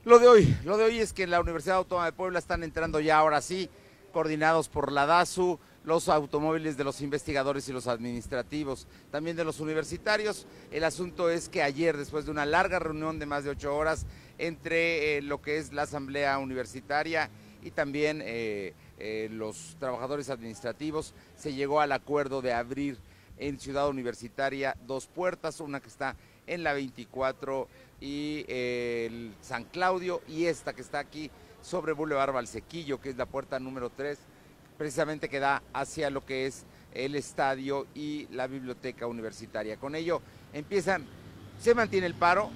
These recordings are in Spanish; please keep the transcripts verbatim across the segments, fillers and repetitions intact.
Lo de hoy, lo de hoy es que en la Universidad Autónoma de Puebla están entrando ya ahora sí, coordinados por la DASU, los automóviles de los investigadores y los administrativos, también de los universitarios. El asunto es que ayer, después de una larga reunión de más de ocho horas entre eh, lo que es la Asamblea Universitaria y también eh, eh, los trabajadores administrativos, se llegó al acuerdo de abrir en Ciudad Universitaria dos puertas, una que está en la veinticuatro y eh, el San Claudio, y esta que está aquí sobre Boulevard Valsequillo, que es la puerta número tres, precisamente que da hacia lo que es el estadio y la biblioteca universitaria. Con ello empiezan, se mantiene el paro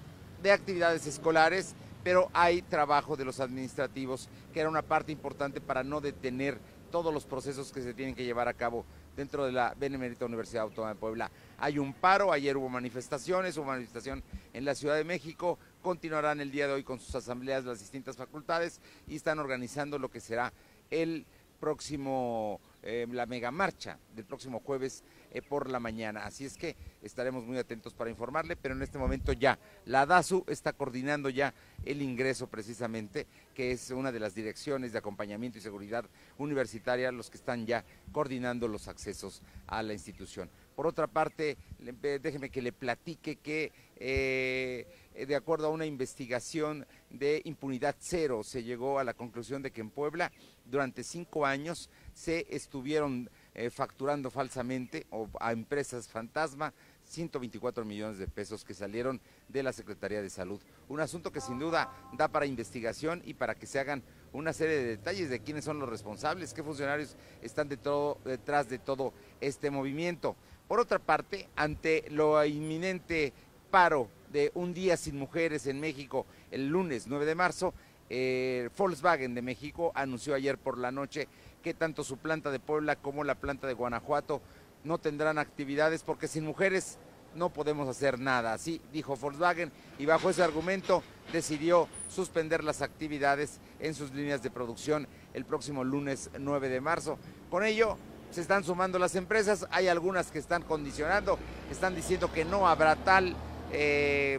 de actividades escolares, pero hay trabajo de los administrativos, que era una parte importante para no detener todos los procesos que se tienen que llevar a cabo dentro de la Benemérita Universidad Autónoma de Puebla. Hay un paro, ayer hubo manifestaciones, hubo manifestación en la Ciudad de México, continuarán el día de hoy con sus asambleas de las distintas facultades y están organizando lo que será el próximo, eh, la megamarcha del próximo jueves eh, por la mañana. Así es que estaremos muy atentos para informarle, pero en este momento ya la DASU está coordinando ya el ingreso precisamente, que es una de las direcciones de acompañamiento y seguridad universitaria, los que están ya coordinando los accesos a la institución. Por otra parte, déjeme que le platique que eh, de acuerdo a una investigación de impunidad cero, se llegó a la conclusión de que en Puebla durante cinco años se estuvieron eh, facturando falsamente o a empresas fantasma ciento veinticuatro millones de pesos que salieron de la Secretaría de Salud. Un asunto que sin duda da para investigación y para que se hagan una serie de detalles de quiénes son los responsables, qué funcionarios están de todo, detrás de todo este movimiento. Por otra parte, ante lo inminente paro de un día sin mujeres en México el lunes nueve de marzo, eh, Volkswagen de México anunció ayer por la noche que tanto su planta de Puebla como la planta de Guanajuato no tendrán actividades porque sin mujeres no podemos hacer nada. Así dijo Volkswagen, y bajo ese argumento decidió suspender las actividades en sus líneas de producción el próximo lunes nueve de marzo. Con ello se están sumando las empresas, hay algunas que están condicionando, están diciendo que no habrá tal, eh,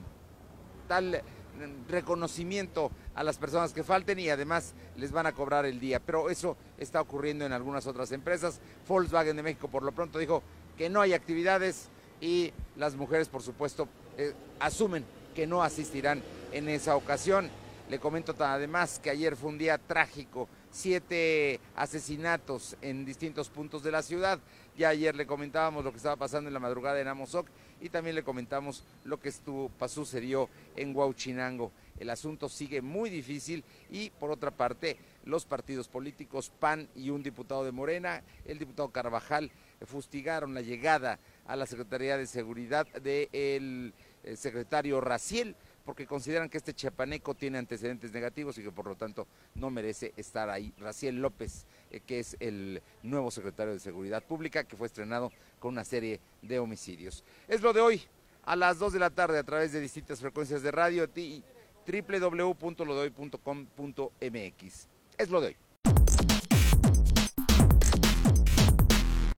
tal reconocimiento a las personas que falten y además les van a cobrar el día, pero eso está ocurriendo en algunas otras empresas. Volkswagen de México por lo pronto dijo que no hay actividades y las mujeres por supuesto eh, asumen que no asistirán en esa ocasión. Le comento además que ayer fue un día trágico, siete asesinatos en distintos puntos de la ciudad. Ya ayer le comentábamos lo que estaba pasando en la madrugada en Amozoc y también le comentamos lo que estuvo, sucedió en Huauchinango. El asunto sigue muy difícil y por otra parte los partidos políticos P A N y un diputado de Morena, el diputado Carvajal, fustigaron la llegada a la Secretaría de Seguridad del secretario Raziel, porque consideran que este chiapaneco tiene antecedentes negativos y que por lo tanto no merece estar ahí. Raziel López, eh, que es el nuevo secretario de Seguridad Pública, que fue estrenado con una serie de homicidios. Es lo de hoy, a las dos de la tarde a través de distintas frecuencias de radio y doble u doble u doble u punto lo de hoy punto com punto m x. Es lo de hoy.